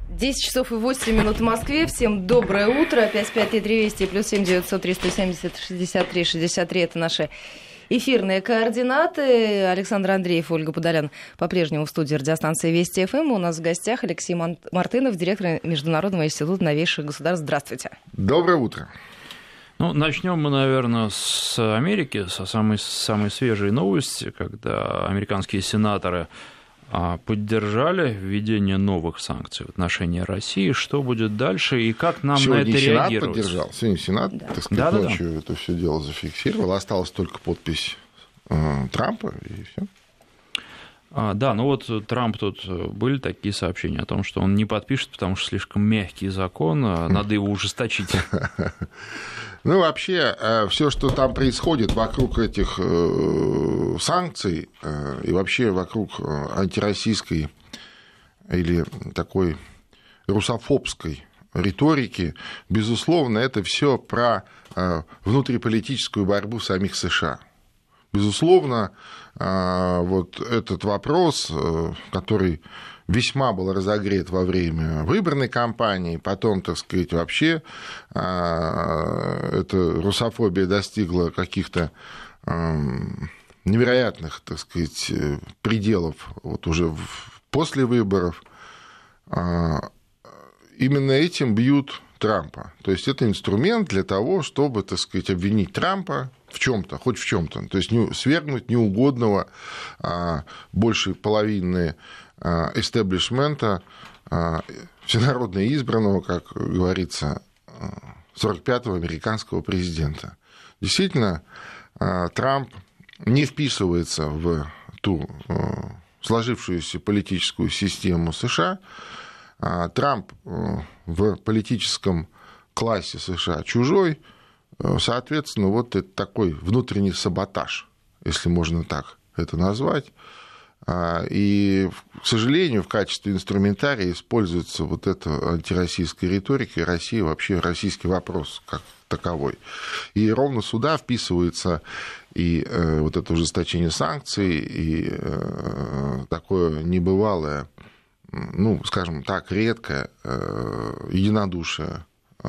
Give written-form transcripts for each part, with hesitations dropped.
10 часов и 8 минут в Москве. Всем доброе утро. 553320 плюс 7 900 370 63 63. Это наши эфирные координаты. Александр Андреев, Ольга Подолян по-прежнему в студии радиостанции Вести ФМ. У нас в гостях Алексей Мартынов, директор Международного института новейших государств. Здравствуйте. Доброе утро. Ну, начнем мы, наверное, с Америки, со самой свежей новости, когда американские сенаторы поддержали введение новых санкций в отношении России. Что будет дальше и как нам сегодня на это Сенат реагировать? Поддержал. Сегодня Сенат, так сказать, ночью Да. это все дело зафиксировал. Осталась только подпись Трампа, и все. Да, ну вот Трамп, тут были такие сообщения о том, что он не подпишет, потому что слишком мягкий закон, надо его ужесточить. Ну, вообще, все, что там происходит вокруг этих санкций и вообще вокруг антироссийской или такой русофобской риторики, безусловно, это все про внутриполитическую борьбу самих США. Безусловно, вот этот вопрос, который весьма был разогрет во время выборной кампании, потом, так сказать, вообще эта русофобия достигла каких-то невероятных, так сказать, пределов вот уже после выборов. Именно этим бьют Трампа. То есть это инструмент для того, чтобы, так сказать, обвинить Трампа в чем-то, хоть в чем-то. То есть свергнуть неугодного большей половины эстеблишмента, всенародно избранного, как говорится, 45-го американского президента. Действительно, Трамп не вписывается в ту сложившуюся политическую систему США. Трамп в политическом классе США чужой, соответственно, вот это такой внутренний саботаж, если можно так это назвать. И, к сожалению, в качестве инструментария используется вот эта антироссийская риторика, и Россия вообще российский вопрос как таковой. И ровно сюда вписывается и вот это ужесточение санкций, и такое небывалое, ну, скажем так, редкое единодушие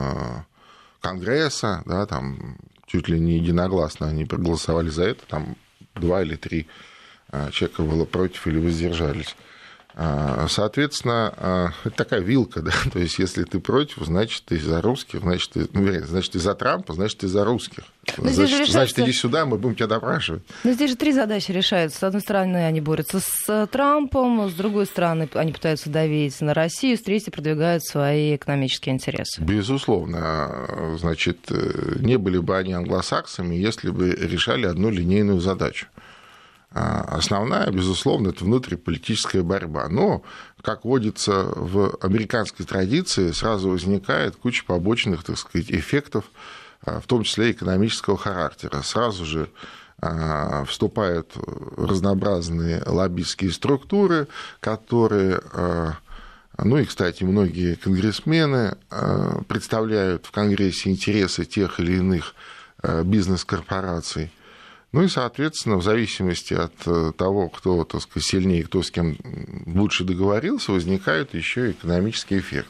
Конгресса, да, там чуть ли не единогласно они проголосовали за это, там 2 или 3 человека было против или воздержались. Соответственно, это такая вилка, да, то есть если ты против, значит, ты за русских, значит, ты за Трампа, значит, ты за русских. Значит, иди сюда, мы будем тебя допрашивать. Но здесь же 3 задачи решаются. С одной стороны, они борются с Трампом, с другой стороны, они пытаются давить на Россию, с третьей продвигают свои экономические интересы. Безусловно. Значит, не были бы они англосаксами, если бы решали одну линейную задачу. Основная, безусловно, это внутриполитическая борьба. Но, как водится в американской традиции, сразу возникает куча побочных, так сказать, эффектов, в том числе экономического характера. Сразу же вступают разнообразные лоббистские структуры, которые, ну и, кстати, многие конгрессмены представляют в Конгрессе интересы тех или иных бизнес-корпораций. Ну и, соответственно, в зависимости от того, кто, так сказать, сильнее, кто с кем лучше договорился, возникает еще и экономический эффект.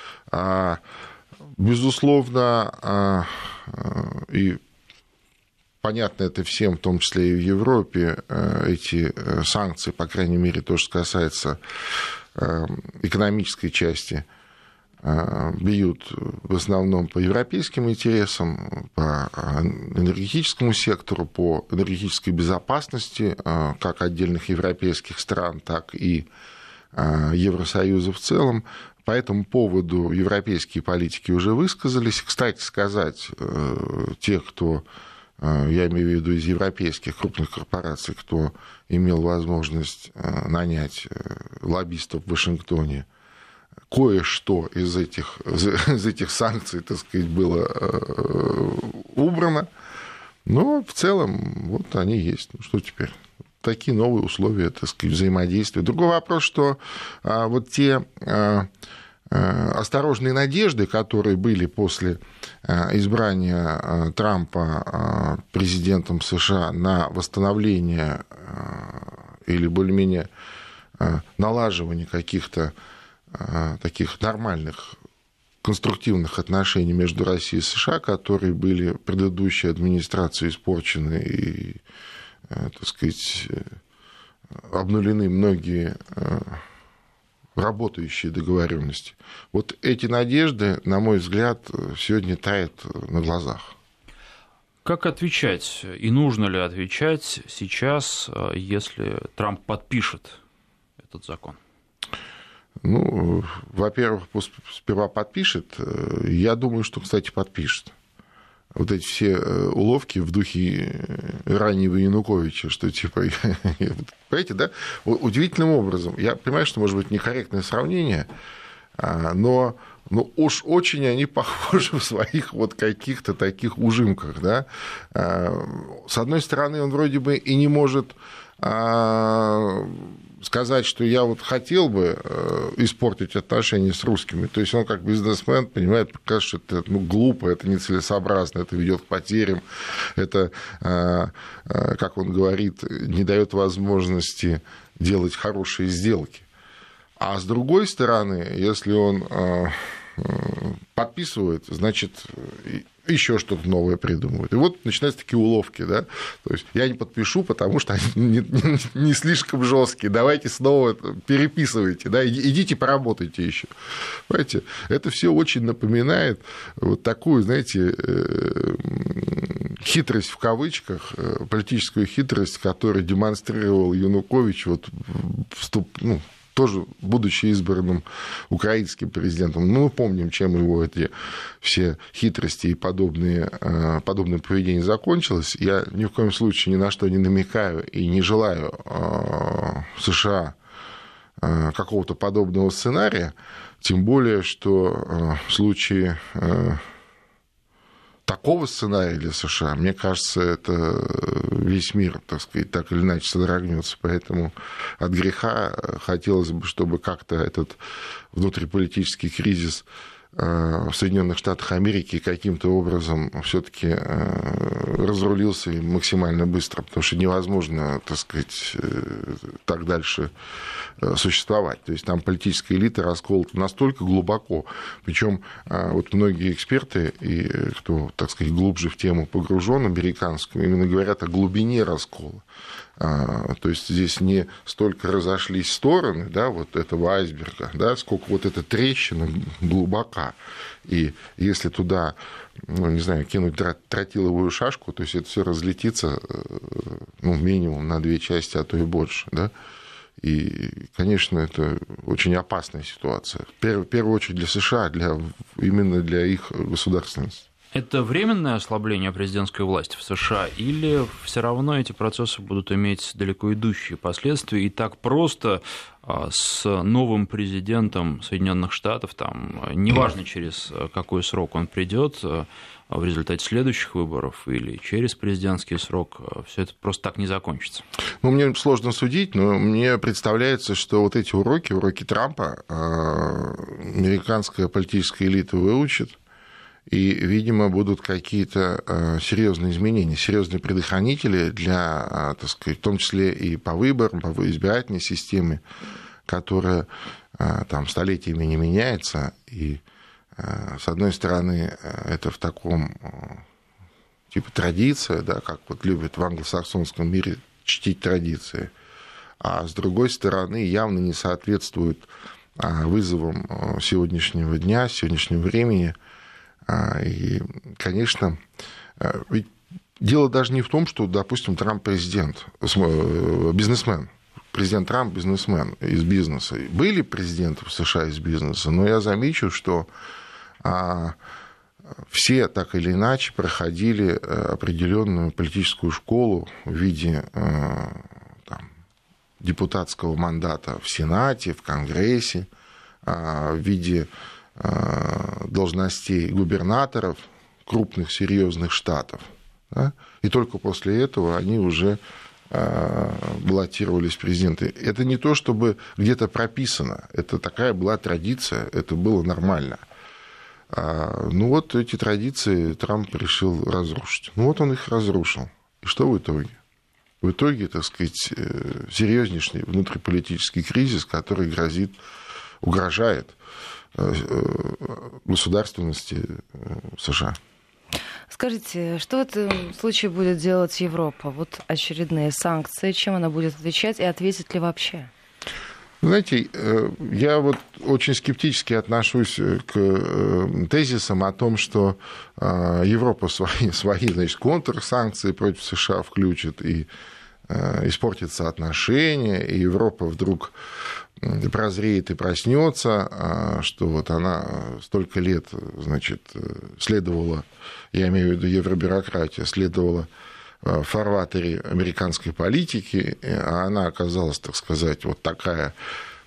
Безусловно, и понятно это всем, в том числе и в Европе, эти санкции, по крайней мере, то, что касается экономической части, бьют в основном по европейским интересам, по энергетическому сектору, по энергетической безопасности как отдельных европейских стран, так и Евросоюза в целом. По этому поводу европейские политики уже высказались. Кстати сказать, те, кто, я имею в виду из европейских крупных корпораций, кто имел возможность нанять лоббистов в Вашингтоне, кое-что из этих санкций, так сказать, было убрано, но в целом вот они есть. Ну, что теперь? Такие новые условия, так сказать, взаимодействия. Другой вопрос, что вот те осторожные надежды, которые были после избрания Трампа президентом США на восстановление или более-менее налаживание каких-то таких нормальных конструктивных отношений между Россией и США, которые были предыдущей администрацией испорчены и, так сказать, обнулены многие работающие договоренности. Вот эти надежды, на мой взгляд, сегодня тают на глазах. Как отвечать и нужно ли отвечать сейчас, если Трамп подпишет этот закон? Ну, во-первых, пусть сперва подпишет. Я думаю, что, кстати, подпишет. Вот эти все уловки в духе раннего Януковича, что типа, понимаете, да, удивительным образом. Я понимаю, что может быть некорректное сравнение, но уж очень они похожи в своих вот каких-то таких ужимках, да. С одной стороны, он вроде бы и не может сказать, что я вот хотел бы испортить отношения с русскими. То есть он как бизнесмен понимает, что это глупо, это нецелесообразно, это ведет к потерям, это, как он говорит, не дает возможности делать хорошие сделки. А с другой стороны, если он подписывает, значит, еще что-то новое придумывает. И вот начинаются такие уловки, да, то есть я не подпишу, потому что они не слишком жесткие, давайте снова переписывайте, да, идите поработайте еще. Понимаете, это все очень напоминает вот такую, знаете, хитрость в кавычках, политическую хитрость, которую демонстрировал Янукович вот тоже будучи избранным украинским президентом. Мы помним, чем его эти все хитрости и подобное поведение закончилось. Я ни в коем случае ни на что не намекаю и не желаю США какого-то подобного сценария, тем более, что в случае такого сценария для США, мне кажется, это весь мир, так сказать, так или иначе содрогнется. Поэтому от греха хотелось бы, чтобы как-то этот внутриполитический кризис в Соединенных Штатах Америки каким-то образом все-таки разрулился максимально быстро, потому что невозможно, так сказать, так дальше существовать. То есть там политическая элита расколота настолько глубоко, причем вот многие эксперты и кто, так сказать, глубже в тему погружен американскую, именно говорят о глубине раскола. То есть здесь не столько разошлись стороны, да, вот этого айсберга, да, сколько вот эта трещина глубока. И если туда, не знаю, кинуть тротиловую шашку, то есть это все разлетится минимум на 2 части, а то и больше. Да? И, конечно, это очень опасная ситуация. В первую очередь для США, именно для их государственности. Это временное ослабление президентской власти в США или все равно эти процессы будут иметь далеко идущие последствия, и так просто с новым президентом Соединенных Штатов, там, неважно, через какой срок он придет, в результате следующих выборов или через президентский срок, все это просто так не закончится? Мне сложно судить, но мне представляется, что вот эти уроки Трампа американская политическая элита выучит, и, видимо, будут какие-то серьезные изменения, серьезные предохранители для, так сказать, в том числе и по выборам, по избирательной системе, которая там столетиями не меняется. И, с одной стороны, это в таком типа традиция, да, как вот любят в англосаксонском мире чтить традиции, а с другой стороны, явно не соответствует вызовам сегодняшнего дня, сегодняшнего времени. И, конечно, ведь дело даже не в том, что, допустим, Трамп президент, бизнесмен. Президент Трамп бизнесмен из бизнеса. Были президенты в США из бизнеса, но я замечу, что все так или иначе проходили определенную политическую школу в виде депутатского мандата в Сенате, в Конгрессе, в виде должностей губернаторов крупных серьезных штатов. Да? И только после этого они уже баллотировались в президенты. Это не то, чтобы где-то прописано. Это такая была традиция, это было нормально. Ну вот эти традиции Трамп решил разрушить. Ну вот он их разрушил. И что в итоге? В итоге, так сказать, серьезнейший внутриполитический кризис, который грозит угрожает государственности США. Скажите, что в этом случае будет делать Европа? Вот очередные санкции, чем она будет отвечать и ответит ли вообще? Знаете, я вот очень скептически отношусь к тезисам о том, что Европа свои значит, контрсанкции против США включит и испортит соотношения, и Европа вдруг прозреет и проснется, что вот она столько лет, значит, следовала, я имею в виду евробюрократия, следовала в фарватере американской политики, а она оказалась, так сказать, вот такая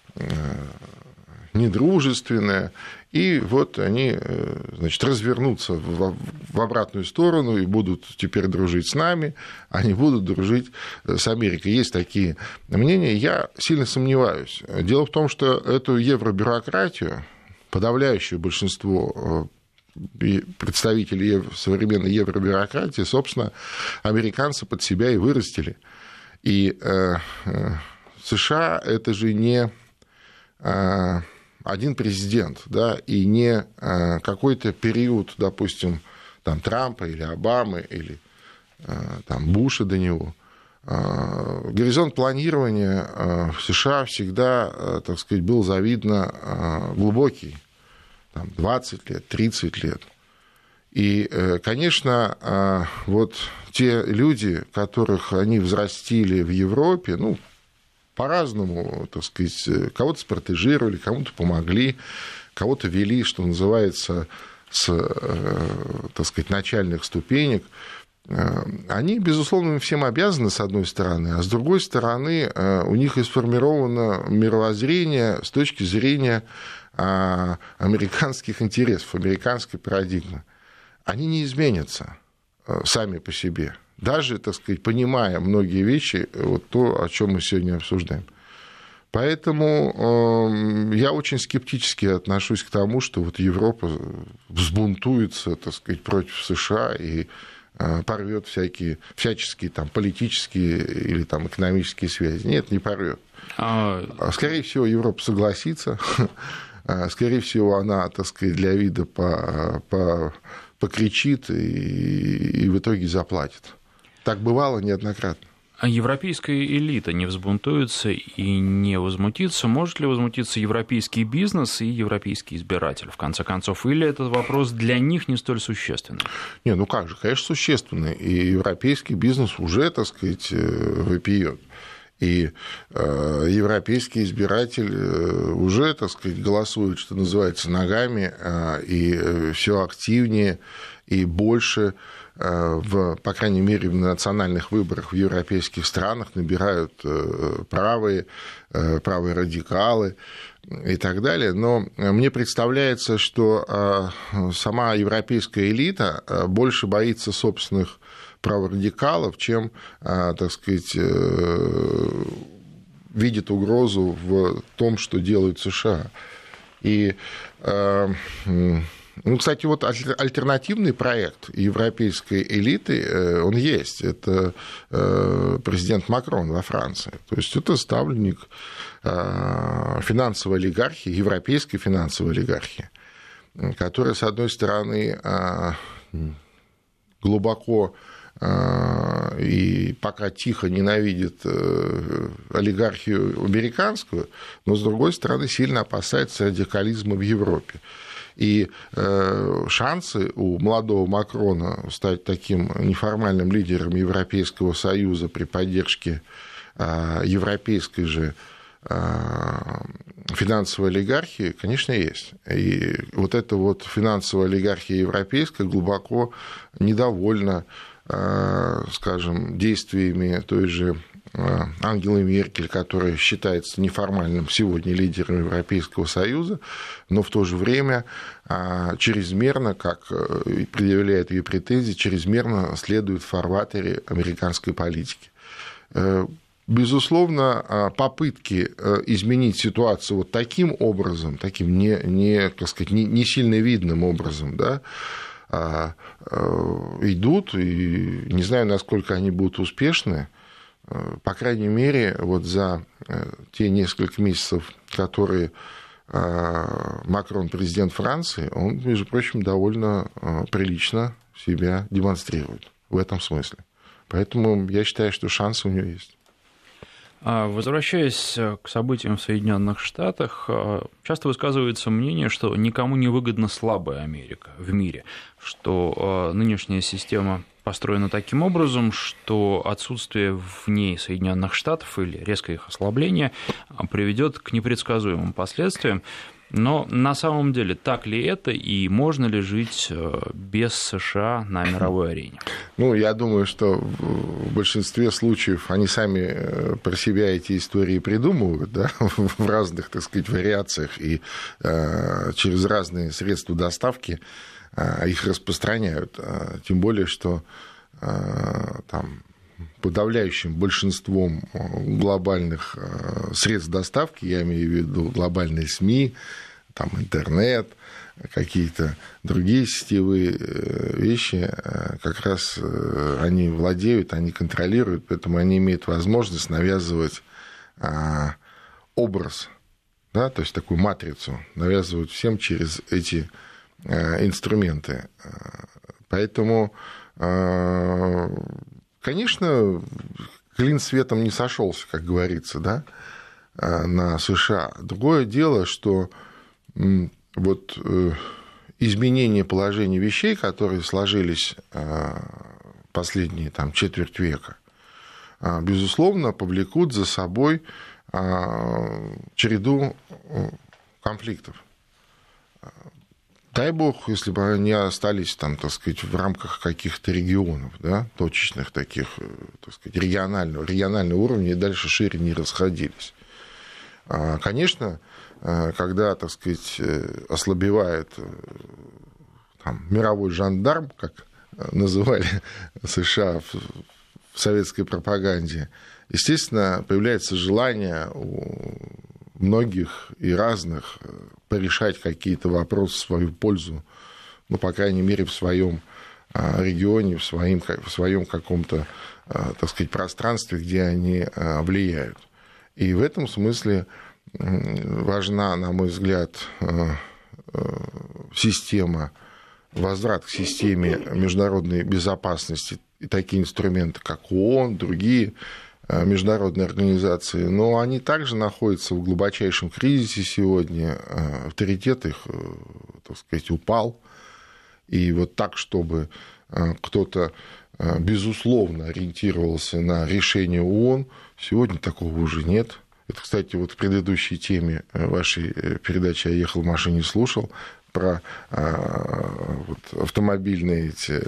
недружественная, и вот они, значит, развернутся в обратную сторону и будут теперь дружить с нами, а не будут дружить с Америкой. Есть такие мнения, я сильно сомневаюсь. Дело в том, что эту евробюрократию, подавляющее большинство представителей современной евробюрократии, собственно, американцы под себя и вырастили. И США – это же не один президент, да, и не какой-то период, допустим, там, Трампа или Обамы, или там, Буша до него. Горизонт планирования в США всегда, так сказать, был завидно глубокий. 20 лет, 30 лет. И, конечно, вот те люди, которых они взрастили в Европе, ну, по-разному, так сказать, кого-то спартежировали, кому-то помогли, кого-то вели, что называется, с, так сказать, начальных ступенек, они, безусловно, им всем обязаны, с одной стороны, а с другой стороны, у них и сформировано мировоззрение с точки зрения американских интересов, американской парадигмы. Они не изменятся сами по себе, даже, так сказать, понимая многие вещи, вот то, о чем мы сегодня обсуждаем. Поэтому я очень скептически отношусь к тому, что вот Европа взбунтуется, так сказать, против США и порвет всяческие там, политические или там, экономические связи. Нет, не порвет. Скорее всего, Европа согласится. Скорее всего, она, так сказать, для вида покричит и в итоге заплатит. Так бывало неоднократно. А европейская элита не взбунтуется и не возмутится? Может ли возмутиться европейский бизнес и европейский избиратель, в конце концов? Или этот вопрос для них не столь существенный? Не, ну как же, конечно, существенный. И европейский бизнес уже, так сказать, вопиет. И европейский избиратель уже, так сказать, голосует, что называется, ногами, и все активнее и больше, по крайней мере, в национальных выборах в европейских странах набирают правые радикалы и так далее. Но мне представляется, что сама европейская элита больше боится собственных праворадикалов, чем, так сказать, видит угрозу в том, что делают США. И, ну, кстати, вот альтернативный проект европейской элиты, он есть. Это президент Макрон во Франции. То есть это ставленник финансовой олигархии, европейской финансовой олигархии, которая, с одной стороны, глубоко и пока тихо ненавидит олигархию американскую, но, с другой стороны, сильно опасается радикализма в Европе. И шансы у молодого Макрона стать таким неформальным лидером Европейского Союза при поддержке европейской же финансовой олигархии, конечно, есть. И вот эта вот финансовая олигархия европейская глубоко недовольна, скажем, действиями той же Ангелы Меркель, которая считается неформальным сегодня лидером Европейского Союза, но в то же время чрезмерно, как предъявляет ее претензии, чрезмерно следует в фарватере американской политики. Безусловно, попытки изменить ситуацию вот таким образом, таким как сказать, не сильно видным образом, да, идут, и не знаю, насколько они будут успешны. По крайней мере, вот за те несколько месяцев, которые Макрон, президент Франции, он, между прочим, довольно прилично себя демонстрирует в этом смысле. Поэтому я считаю, что шансы у него есть. Возвращаясь к событиям в Соединенных Штатах, часто высказывается мнение, что никому не выгодна слабая Америка в мире, что нынешняя система построена таким образом, что отсутствие в ней Соединенных Штатов или резкое их ослабление приведет к непредсказуемым последствиям. Но на самом деле так ли это, и можно ли жить без США на мировой арене? Ну, я думаю, что в большинстве случаев они сами про себя эти истории придумывают, да, в разных, так сказать, вариациях, и через разные средства доставки их распространяют. Тем более, что там подавляющим большинством глобальных средств доставки, я имею в виду глобальные СМИ, там интернет, какие-то другие сетевые вещи, как раз они владеют, они контролируют, поэтому они имеют возможность навязывать образ, да, то есть такую матрицу, навязывают всем через эти инструменты. Поэтому, конечно, клин светом не сошелся, как говорится, да, на США. Другое дело, что вот изменение положения вещей, которые сложились последние там, четверть века, безусловно, повлекут за собой череду конфликтов. Дай бог, если бы они остались там, так сказать, в рамках каких-то регионов, да, точечных таких, так сказать, регионального уровня и дальше шире не расходились. Конечно, когда, так сказать, ослабевает там, мировой жандарм, как называли США в советской пропаганде, естественно, появляется желание у многих и разных порешать какие-то вопросы в свою пользу, ну, по крайней мере, в своем регионе, в своем каком-то, так сказать, пространстве, где они влияют. И в этом смысле важна, на мой взгляд, система, возврат к системе международной безопасности и такие инструменты, как ООН, другие международные организации, но они также находятся в глубочайшем кризисе сегодня, авторитет их, так сказать, упал, и вот так, чтобы кто-то безусловно ориентировался на решение ООН, сегодня такого уже нет. Это, кстати, вот в предыдущей теме вашей передачи «Я ехал в машине, слушал» про вот, автомобильные эти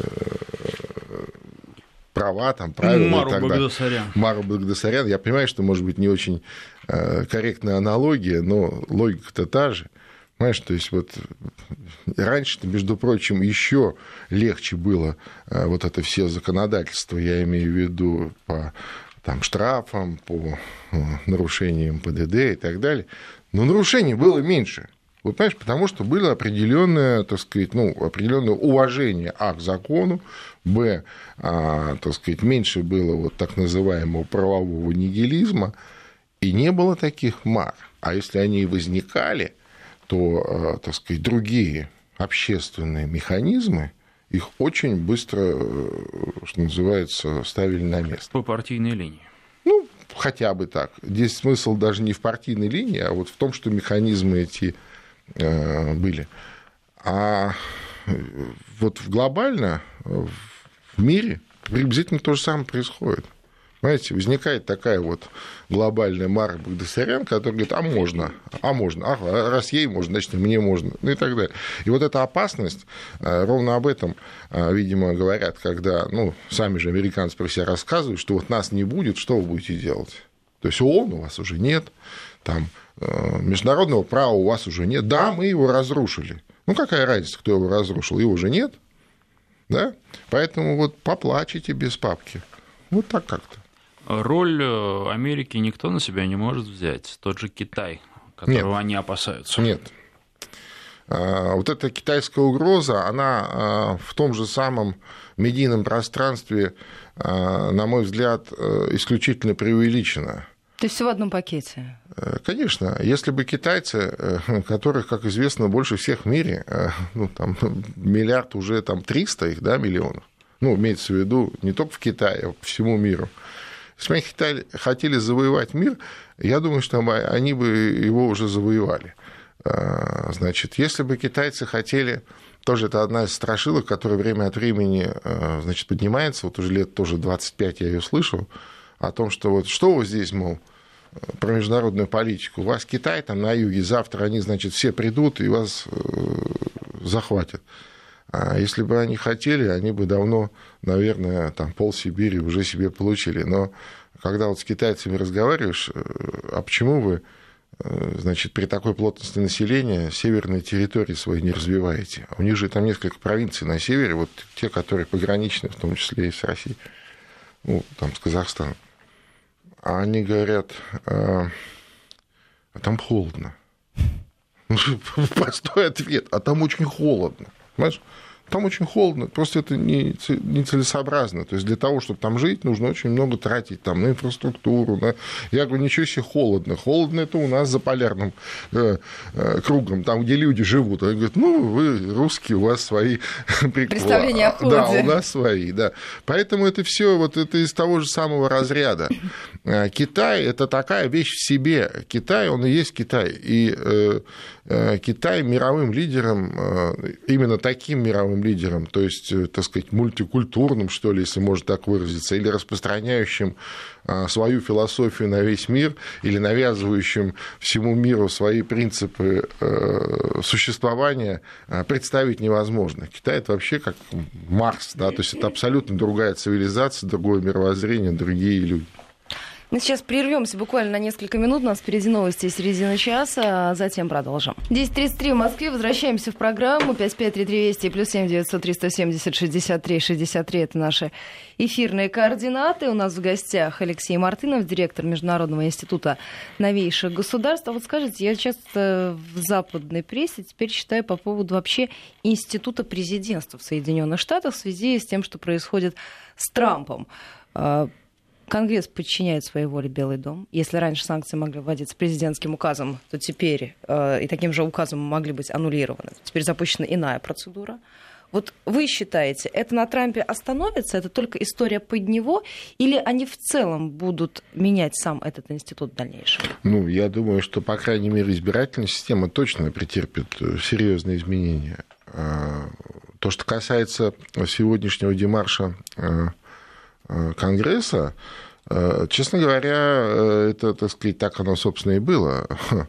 права, там, правила Мару и так Багдасарян. Мару Багдасарян. Я понимаю, что, может быть, не очень корректная аналогия, но логика-то та же. Понимаешь, то есть вот раньше-то, между прочим, еще легче было вот это все законодательство, я имею в виду по там, штрафам, по нарушениям ПДД и так далее, но нарушений было меньше. Вот, понимаешь, потому что было определенное, так сказать, ну, определенное уважение к закону, так сказать, меньше было вот так называемого правового нигилизма, и не было таких мар. А если они и возникали, то, так сказать, другие общественные механизмы их очень быстро, что называется, ставили на место. По партийной линии. Ну, хотя бы так. Здесь смысл даже не в партийной линии, а вот в том, что механизмы эти были. А вот глобально в мире приблизительно то же самое происходит. Понимаете, возникает такая вот глобальная Мара Багдасарян, которая говорит, раз ей можно, значит, и мне можно, ну и так далее. И вот эта опасность, ровно об этом, видимо, говорят, когда, ну, сами же американцы про себя рассказывают, что вот нас не будет, что вы будете делать? То есть ООН у вас уже нет, там, международного права у вас уже нет. Да, мы его разрушили. Ну, какая разница, кто его разрушил? Его уже нет, да? Поэтому вот поплачете без папки. Вот так как-то. Роль Америки никто на себя не может взять. Тот же Китай, которого они опасаются. Нет. Вот эта китайская угроза, она в том же самом медийном пространстве, на мой взгляд, исключительно преувеличена. То есть все в одном пакете? Конечно. Если бы китайцы, которых, как известно, больше всех в мире, ну, там, миллиард уже там 300 их, да, миллионов, ну, имеется в виду не только в Китае, а по всему миру. Если бы они хотели завоевать мир, я думаю, что они бы его уже завоевали. Значит, если бы китайцы хотели... Тоже это одна из страшилок, которая время от времени, значит, поднимается, вот уже лет тоже 25 я ее слышу, о том, что вот что вы здесь, мол, про международную политику, у вас Китай там на юге, завтра они, значит, все придут и вас захватят. А если бы они хотели, они бы давно, наверное, там полсибири уже себе получили. Но когда вот с китайцами разговариваешь, а почему вы, значит, при такой плотности населения северные территории свои не развиваете? У них же там несколько провинций на севере, вот те, которые пограничны, в том числе и с Россией, ну, там, с Казахстаном. А они говорят, а там холодно. Простой ответ, а там очень холодно. Понимаешь? Там очень холодно, просто это нецелесообразно. То есть для того, чтобы там жить, нужно очень много тратить там, на инфраструктуру. Я говорю, ничего себе холодно. Холодно это у нас за полярным кругом, там, где люди живут. Они говорят, ну, вы русские, у вас свои приколы. Представления о холоде. Да, у нас свои, да. Поэтому это все вот это из того же самого разряда. Китай – это такая вещь в себе. Китай, он и есть Китай. И Китай мировым лидером, именно таким мировым лидером, то есть, так сказать, мультикультурным, что ли, если можно так выразиться, или распространяющим свою философию на весь мир, или навязывающим всему миру свои принципы существования, представить невозможно. Китай – это вообще как Марс, да, то есть это абсолютно другая цивилизация, другое мировоззрение, другие люди. Мы сейчас прервемся буквально на несколько минут. У нас впереди новости середины часа, а затем продолжим. 10:33 в Москве. Возвращаемся в программу. 553320 и +7 903 170 63 63. Это наши эфирные координаты. У нас в гостях Алексей Мартынов, директор Международного института новейших государств. А вот скажите, я часто в западной прессе теперь читаю по поводу вообще института президентства в Соединенных Штатах в связи с тем, что происходит с Трампом. Конгресс подчиняет своей воле Белый дом. Если раньше санкции могли вводиться президентским указом, то теперь и таким же указом могли быть аннулированы. Теперь запущена иная процедура. Вот вы считаете, это на Трампе остановится? Это только история под него? Или они в целом будут менять сам этот институт в дальнейшем? Ну, я думаю, что, по крайней мере, избирательная система точно претерпит серьезные изменения. То, что касается сегодняшнего демарша Конгресса, честно говоря, это, так сказать, так оно, собственно, и было.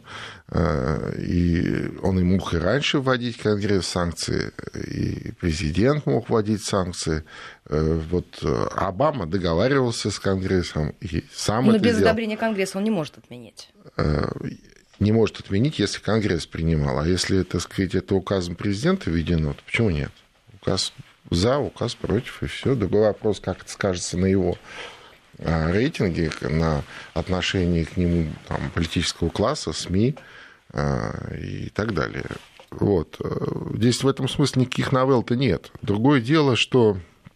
И он и мог и раньше вводить Конгресс санкции, и президент мог вводить санкции. Вот Обама договаривался с Конгрессом и сам это делал. Но без одобрения Конгресса он не может отменить. Не может отменить, если Конгресс принимал. А если, так сказать, это указом президента введено, то почему нет? Указ за, указ против, и все. Другой вопрос, как это скажется на его рейтинге, на отношении к нему там, политического класса, СМИ и так далее. Вот. Здесь в этом смысле никаких новелл-то нет. Другое дело, что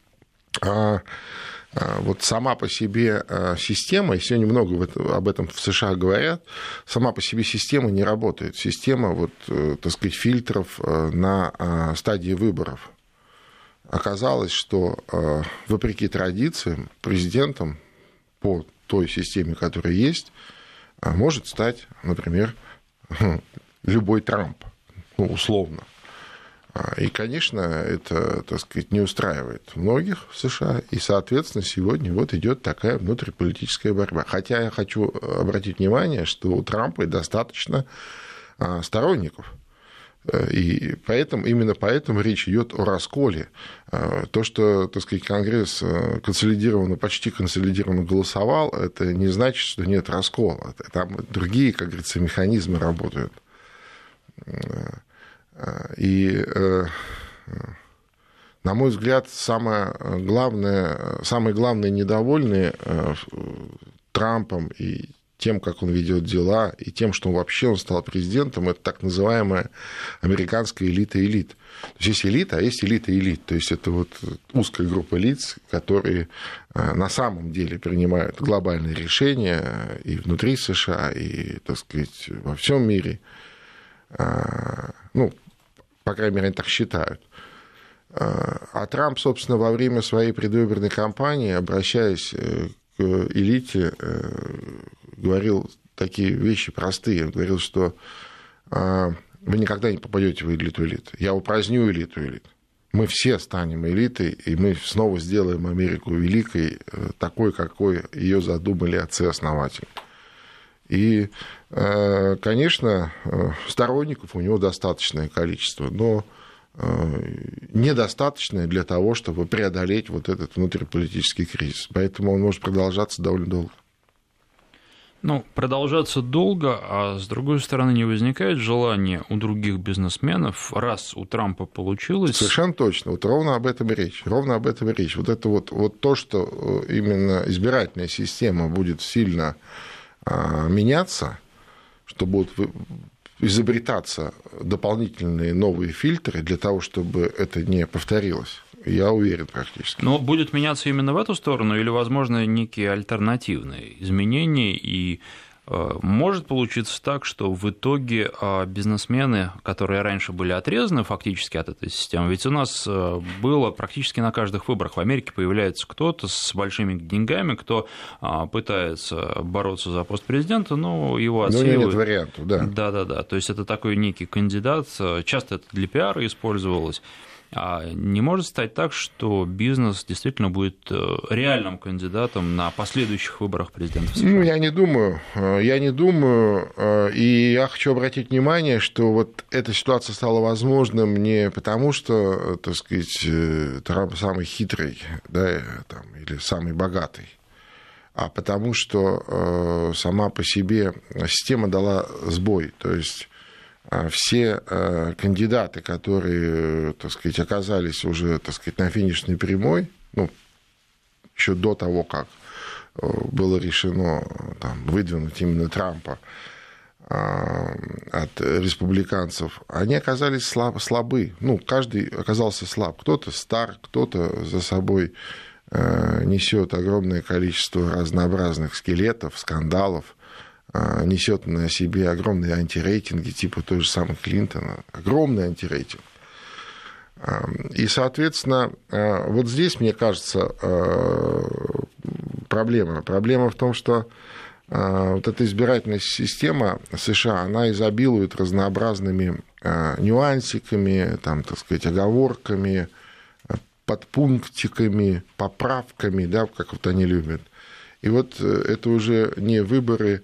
вот сама по себе система, и сегодня много об этом в США говорят, сама по себе система не работает. Система, вот, так сказать, фильтров на стадии выборов. Оказалось, что, вопреки традициям, президентом по той системе, которая есть, может стать, например, любой Трамп, ну, условно. И, конечно, это, так сказать, не устраивает многих в США, и, соответственно, сегодня вот идет такая внутриполитическая борьба. Хотя я хочу обратить внимание, что у Трампа достаточно сторонников. И поэтому, именно поэтому речь идет о расколе. То, что, так сказать, Конгресс консолидированно, почти консолидированно голосовал, это не значит, что нет раскола. Там другие, как говорится, механизмы работают. И, на мой взгляд, самые главные недовольные Трампом и тем, как он ведет дела, и тем, что вообще он стал президентом, это так называемая американская элита элит. То есть есть элита, а есть элита элит. То есть это вот узкая группа лиц, которые на самом деле принимают глобальные решения и внутри США, и, так сказать, во всем мире. Ну, по крайней мере, они так считают. А Трамп, собственно, во время своей предвыборной кампании, обращаясь к элите, говорил такие вещи простые. Он говорил, что вы никогда не попадете в элиту элит. Я упраздню элиту элит. Мы все станем элитой, и мы снова сделаем Америку великой, такой, какой ее задумали отцы-основатели. И, конечно, сторонников у него достаточное количество, но недостаточное для того, чтобы преодолеть вот этот внутриполитический кризис. Поэтому он может продолжаться довольно долго. Ну, продолжаться долго, а с другой стороны, не возникает желания у других бизнесменов, раз у Трампа получилось... Совершенно точно. Вот ровно об этом и речь. Ровно об этом и речь. Вот это вот то, что именно избирательная система будет сильно меняться, что будут изобретаться дополнительные новые фильтры для того, чтобы это не повторилось. Я уверен практически. Но будет меняться именно в эту сторону или, возможно, некие альтернативные изменения, и может получиться так, что в итоге бизнесмены, которые раньше были отрезаны фактически от этой системы, ведь у нас было практически на каждых выборах в Америке появляется кто-то с большими деньгами, кто пытается бороться за пост президента, но его отсеивают. Ну, нет вариантов, да. Да-да-да, то есть это такой некий кандидат, часто это для пиара использовалось. А не может стать так, что бизнес действительно будет реальным кандидатом на последующих выборах президента США? Ну, я не думаю. И я хочу обратить внимание, что вот эта ситуация стала возможным не потому, что, так сказать, Трамп самый хитрый, да, там, или самый богатый, а потому что сама по себе система дала сбой. То есть все кандидаты, которые, так сказать, оказались уже, так сказать, на финишной прямой, ну, еще до того, как было решено там, выдвинуть именно Трампа от республиканцев, они оказались слабы. Ну, каждый оказался слаб. Кто-то стар, кто-то за собой несет огромное количество разнообразных скелетов, скандалов, несет на себе огромные антирейтинги, типа той же самой Клинтона, огромный антирейтинг. И, соответственно, вот здесь, мне кажется, проблема. Проблема в том, что вот эта избирательная система США, она изобилует разнообразными нюансиками, там, так сказать, оговорками, подпунктиками, поправками, да, как вот они любят. И вот это уже не выборы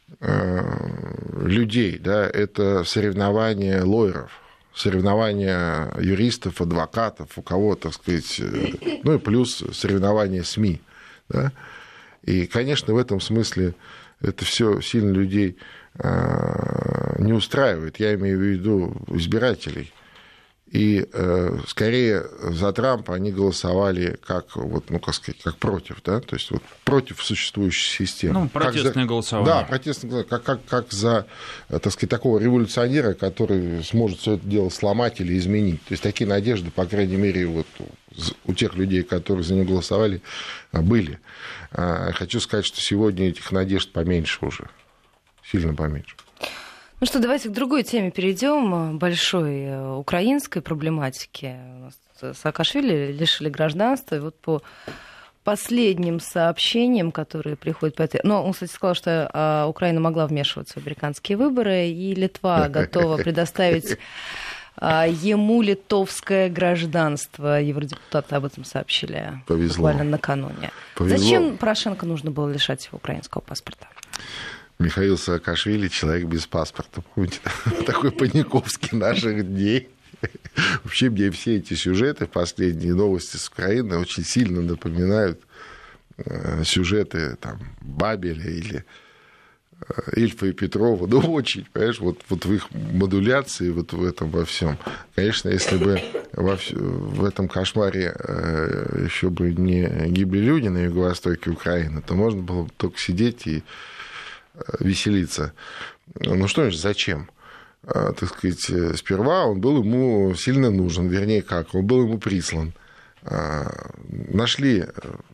людей, да, это соревнования лоеров, соревнования юристов, адвокатов, у кого, так сказать, ну и плюс соревнования СМИ. Да? И, конечно, в этом смысле это все сильно людей не устраивает. Я имею в виду избирателей. И скорее за Трампа они голосовали как, вот, ну, как сказать, как против, да? То есть вот против существующей системы. Ну, протестное голосование. Да, протестное, как за, так сказать, такого революционера, который сможет все это дело сломать или изменить. То есть такие надежды, по крайней мере, вот у тех людей, которые за него голосовали, были. Хочу сказать, что сегодня этих надежд поменьше уже, сильно поменьше. Ну что, давайте к другой теме перейдем, большой украинской проблематике. Саакашвили лишили гражданства, и вот по последним сообщениям, которые приходят по этой... Но он, кстати, сказал, что Украина могла вмешиваться в американские выборы, и Литва готова предоставить ему литовское гражданство. Евродепутаты об этом сообщили буквально накануне. Зачем Порошенко нужно было лишать его украинского паспорта? Михаил Саакашвили — человек без паспорта. Помните, такой Паниковский наших дней. Вообще, мне все эти сюжеты, последние новости с Украины, очень сильно напоминают сюжеты там, Бабеля или Ильфа и Петрова. Ну, очень, понимаешь, вот в их модуляции, вот в этом во всем. Конечно, если бы в этом кошмаре еще бы не гибли люди на юго-востоке Украины, то можно было бы только сидеть и веселиться. Ну что значит, зачем? Так сказать, сперва он был ему сильно нужен, вернее как, он был ему прислан. Нашли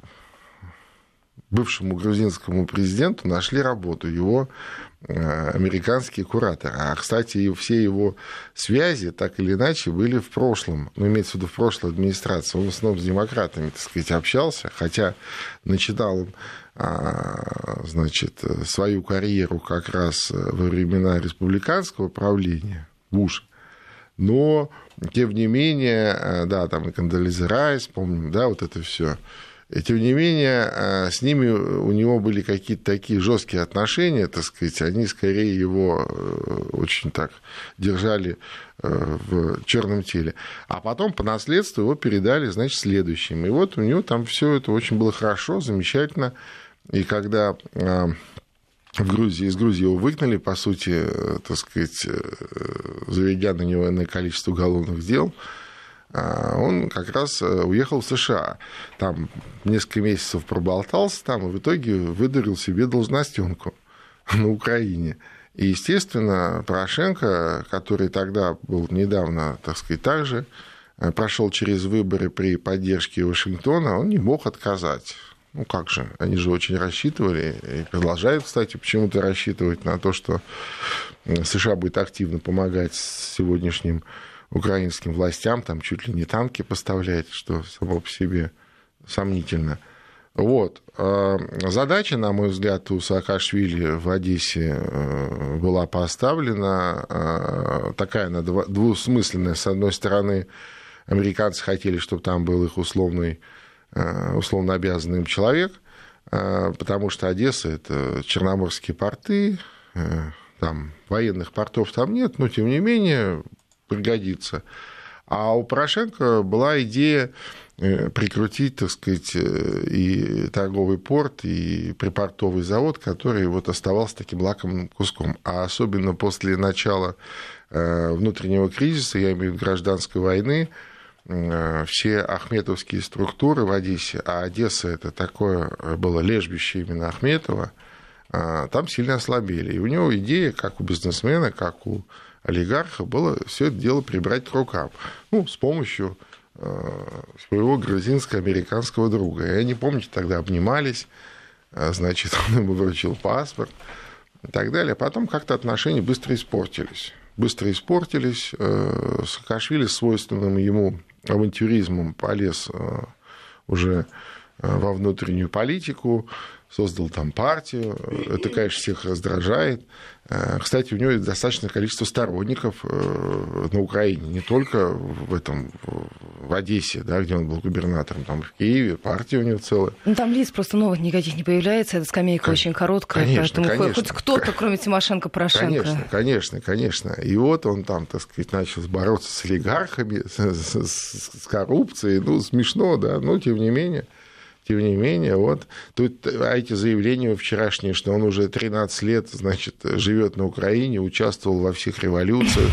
бывшему грузинскому президенту, нашли работу его американские кураторы. А, кстати, все его связи, так или иначе, были в прошлом, ну, имеется в виду в прошлой администрации. Он в основном с демократами, так сказать, общался, хотя начинал он, значит, свою карьеру как раз во времена республиканского правления Буша. Но, тем не менее, да, там и Кондолиза Райс, помним, да, вот это все. И, тем не менее, с ними у него были какие-то такие жесткие отношения, так сказать, они скорее его очень так держали в черном теле. А потом по наследству его передали, значит, следующим. И вот у него там все это очень было хорошо, замечательно. И когда из Грузии его выгнали, по сути, так сказать, заведя на него иное количество уголовных дел, он как раз уехал в США. Там несколько месяцев проболтался там, и в итоге выдурил себе должностенку на Украине. И, естественно, Порошенко, который тогда был недавно, так сказать, также прошел через выборы при поддержке Вашингтона, он не мог отказать. Ну как же, они же очень рассчитывали и продолжают, кстати, почему-то рассчитывать на то, что США будет активно помогать сегодняшним украинским властям, там чуть ли не танки поставлять, что само по себе сомнительно. Вот. Задача, на мой взгляд, у Саакашвили в Одессе была поставлена такая, она двусмысленная. С одной стороны, американцы хотели, чтобы там был их условно обязанный им человек, потому что Одесса – это черноморские порты, там военных портов там нет, но, тем не менее, пригодится. А у Порошенко была идея прикрутить, так сказать, и торговый порт, и припортовый завод, который вот оставался таким лакомым куском. А особенно после начала внутреннего кризиса, я имею в виду гражданской войны, все ахметовские структуры в Одессе, а Одесса это такое было лежбище именно Ахметова, там сильно ослабели. И у него идея, как у бизнесмена, как у олигарха, было все это дело прибрать к рукам. Ну, с помощью своего грузинско-американского друга. И они, помните, тогда обнимались, значит, он ему вручил паспорт и так далее. А потом как-то отношения быстро испортились. Саакашвили с свойственным ему авантюризмом полез уже во внутреннюю политику, создал там партию. Это, конечно, всех раздражает. Кстати, у него достаточное количество сторонников на Украине, не только в Одессе, да, где он был губернатором, там в Киеве, партия у него целая. Ну, там лиц просто новых никаких не появляется, эта скамейка очень короткая, конечно, поэтому конечно. хоть кто-то, кроме Тимошенко, Порошенко. Конечно. И вот он там, так сказать, начал бороться с олигархами, с коррупцией. Ну, смешно, да, но тем не менее, вот тут эти заявления вчерашние, что он уже 13 лет, значит, живет на Украине, участвовал во всех революциях,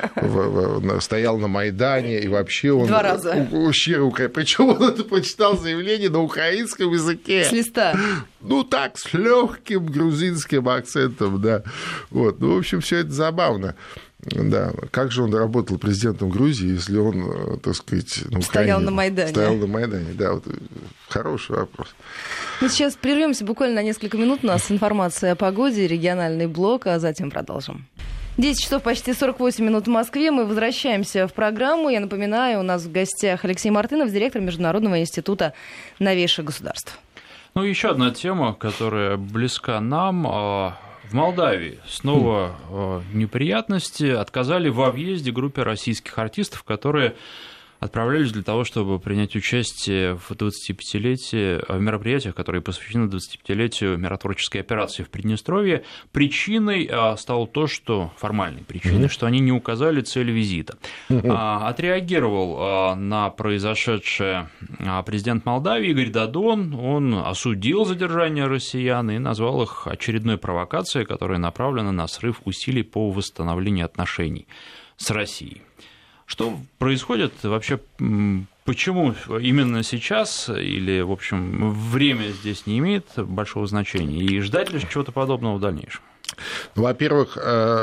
стоял на Майдане, и вообще он... 2 раза. Причем он это прочитал заявление на украинском языке. С листа. Ну, так, с легким грузинским акцентом, да. Вот. Ну, в общем, все это забавно. Да, как же он работал президентом Грузии, если он, так сказать, на Украине... Стоял на Майдане, да, вот хороший вопрос. Мы сейчас прервемся буквально на несколько минут, у нас информация о погоде, региональный блок, а затем продолжим. 10 часов почти 48 минут в Москве, мы возвращаемся в программу. Я напоминаю, у нас в гостях Алексей Мартынов, директор Международного института новейших государств. Ну, еще одна тема, которая близка нам. В Молдавии снова неприятности. Отказали во въезде группе российских артистов, которые отправлялись для того, чтобы принять участие в 25-летии, в мероприятиях, которые посвящены 25-летию миротворческой операции в Приднестровье. Причиной стало то, что формальной причиной, что они не указали цель визита. Отреагировал на произошедшее президент Молдавии Игорь Додон. Он осудил задержание россиян и назвал их очередной провокацией, которая направлена на срыв усилий по восстановлению отношений с Россией. Что происходит вообще Почему именно сейчас, или, в общем, время здесь не имеет большого значения, и ждать ли чего-то подобного в дальнейшем? Во-первых,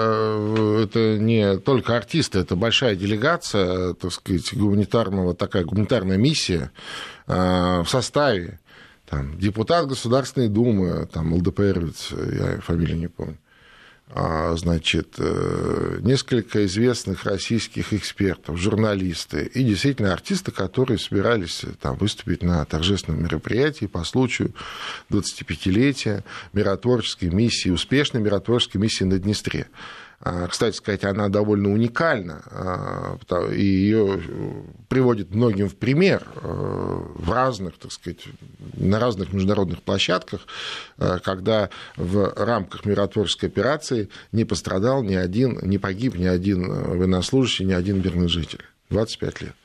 это не только артисты, это большая делегация, так сказать, такая гуманитарная миссия в составе, там, депутат Государственной Думы, там, ЛДПРовец, я фамилию не помню, значит, несколько известных российских экспертов, журналисты и действительно артисты, которые собирались там выступить на торжественном мероприятии по случаю 25-летия миротворческой миссии, успешной миротворческой миссии на Днестре. Кстати сказать, она довольно уникальна, и ее приводят многим в пример в разных, так сказать, на разных международных площадках, когда в рамках миротворческой операции не пострадал ни один, не погиб ни один военнослужащий, ни один мирный житель. 25 лет.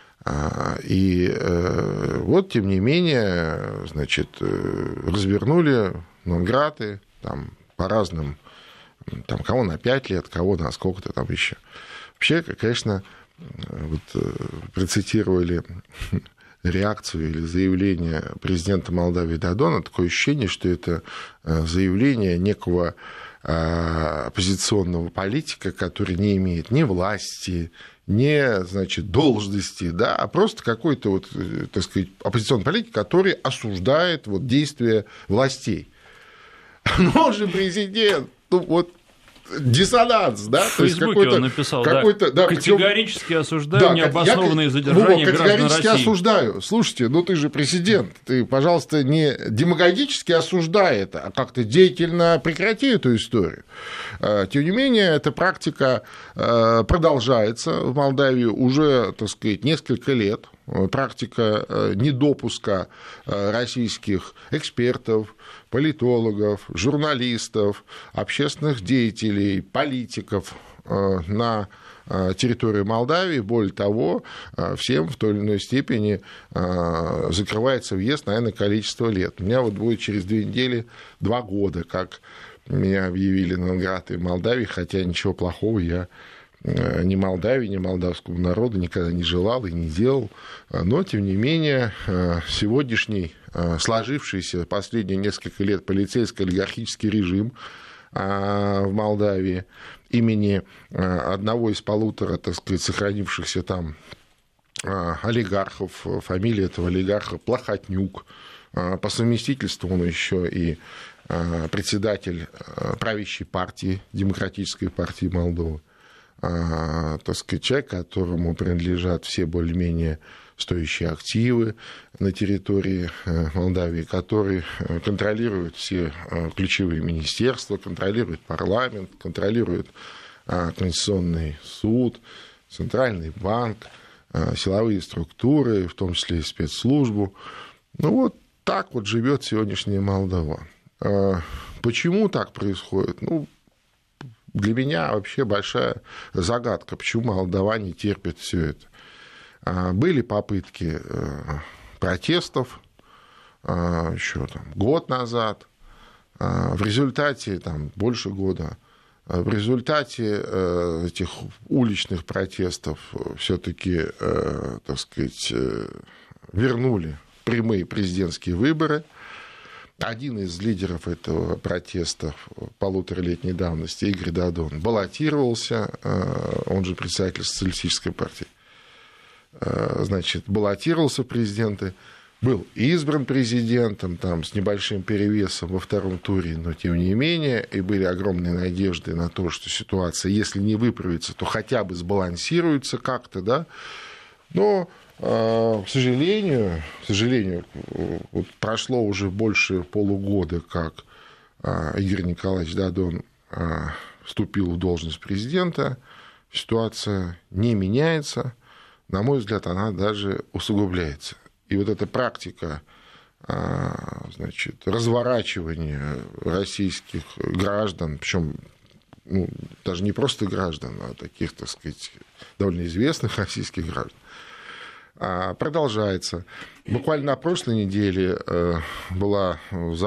И вот, тем не менее, значит, развернули Нонграды там, по разным, там, кого на 5 лет, кого на сколько-то там еще. Вообще, конечно, вот процитировали реакцию или заявление президента Молдавии Додона, такое ощущение, что это заявление некого оппозиционного политика, который не имеет ни власти, ни, значит, должности, да, а просто какой-то, вот, так сказать, оппозиционный политик, который осуждает вот, действия властей. Но он же президент, ну вот диссонанс, да? В Фейсбуке он написал, да, категорически осуждаю необоснованные задержания граждан России. Категорически осуждаю. Слушайте, ну ты же президент, ты, пожалуйста, не демагогически осуждай это, а как-то деятельно прекрати эту историю. Тем не менее, эта практика продолжается в Молдавии уже, так сказать, несколько лет. Практика недопуска российских экспертов, политологов, журналистов, общественных деятелей, политиков на территорию Молдавии. Более того, всем в той или иной степени закрывается въезд на иное количество лет. У меня вот будет через 2 недели 2 года, как меня объявили Нонград и Молдавии, хотя ничего плохого я ни Молдавии, ни молдавскому народу никогда не желал и не делал. Но, тем не менее, сегодняшний сложившийся последние несколько лет полицейско-олигархический режим в Молдавии имени одного из 1,5, так сказать, сохранившихся там олигархов, фамилия этого олигарха Плохотнюк, по совместительству он еще и председатель правящей партии, Демократической партии Молдовы, так сказать, человек, которому принадлежат все более-менее стоящие активы на территории Молдавии, который контролирует все ключевые министерства, контролирует парламент, контролирует Конституционный суд, Центральный банк, силовые структуры, в том числе и спецслужбу. Ну вот так вот живет сегодняшняя Молдова. Почему так происходит? Ну, для меня вообще большая загадка, почему молдаване терпят все это. Были попытки протестов еще там, год назад, в результате, там, больше года, в результате этих уличных протестов все-таки, так сказать, вернули прямые президентские выборы. Один из лидеров этого протеста 1,5-летней давности, Игорь Додон, баллотировался, он же председатель социалистической партии, значит, баллотировался в президенты, был избран президентом там, с небольшим перевесом во 2-м туре, но тем не менее, и были огромные надежды на то, что ситуация, если не выправится, то хотя бы сбалансируется как-то, да, но... К сожалению, вот прошло уже больше полугода, как Игорь Николаевич Додон вступил в должность президента, ситуация не меняется, на мой взгляд, она даже усугубляется. И вот эта практика, значит, разворачивания российских граждан, причем ну, даже не просто граждан, а таких, так сказать, довольно известных российских граждан, продолжается. Буквально на прошлой неделе была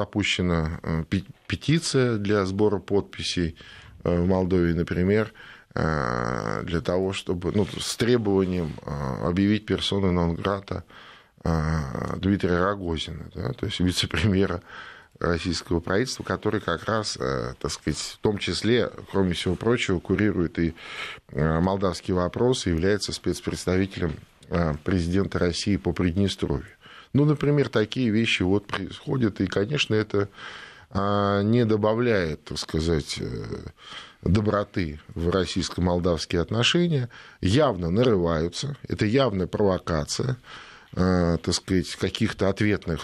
запущена петиция для сбора подписей в Молдове, например, для того, чтобы, с требованием объявить персоной нон-грата Дмитрия Рогозина, да, то есть вице-премьера российского правительства, который как раз, так сказать, в том числе, кроме всего прочего, курирует и молдавский вопрос и является спецпредставителем президента России по Приднестровью. Например, такие вещи происходят, и, конечно, это не добавляет, так сказать, доброты в российско-молдавские отношения, явно нарываются, это явная провокация, так сказать, каких-то ответных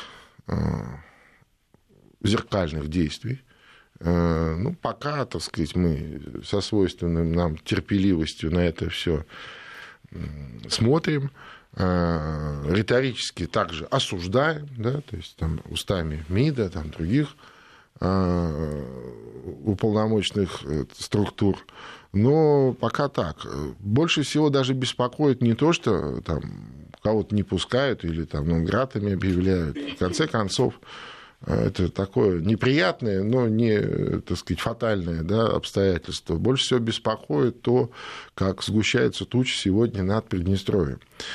зеркальных действий. Пока, так сказать, мы со свойственным нам терпеливостью на это все смотрим, риторически также осуждаем, да, то есть там устами МИДа, там других уполномоченных структур. Но пока так. Больше всего даже беспокоит не то, что там кого-то не пускают или там нон-гратами объявляют. В конце концов, это такое неприятное, но не, так сказать, фатальное, да, обстоятельство. Больше всего беспокоит то, как сгущаются тучи сегодня над Приднестровьем.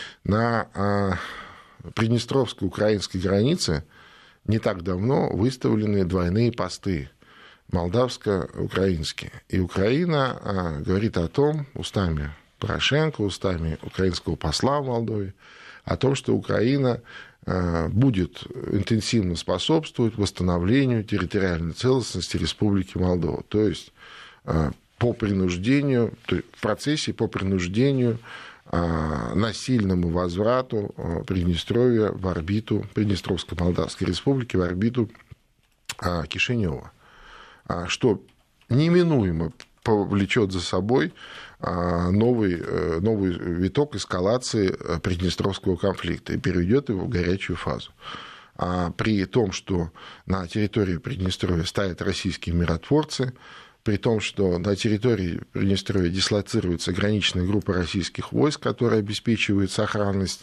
На приднестровской украинской границе не так давно выставлены двойные посты, молдавско-украинские. И Украина говорит о том, устами Порошенко, устами украинского посла в Молдове, о том, что Украина будет интенсивно способствовать восстановлению территориальной целостности Республики Молдова. То есть по принуждению, в процессе по принуждению насильному возврату Приднестровья в орбиту Приднестровско-Молдавской Республики, в орбиту Кишинева, что неминуемо повлечет за собой новый виток эскалации Приднестровского конфликта и переведет его в горячую фазу. При том, что на территории Приднестровья стоят российские миротворцы, при том, что на территории Приднестровья дислоцируется граничная группа российских войск, которая обеспечивает сохранность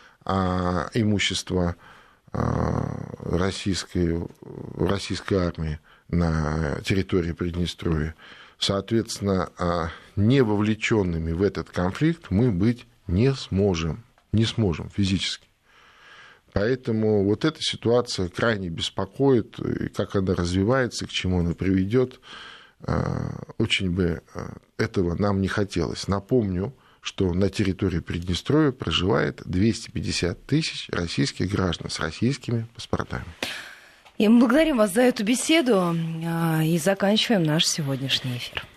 имущества российской армии на территории Приднестровья, соответственно, не вовлеченными в этот конфликт мы быть не сможем физически. Поэтому вот эта ситуация крайне беспокоит, и как она развивается, к чему она приведет, очень бы этого нам не хотелось. Напомню, что на территории Приднестровья проживает 250 тысяч российских граждан с российскими паспортами. И мы благодарим вас за эту беседу и заканчиваем наш сегодняшний эфир.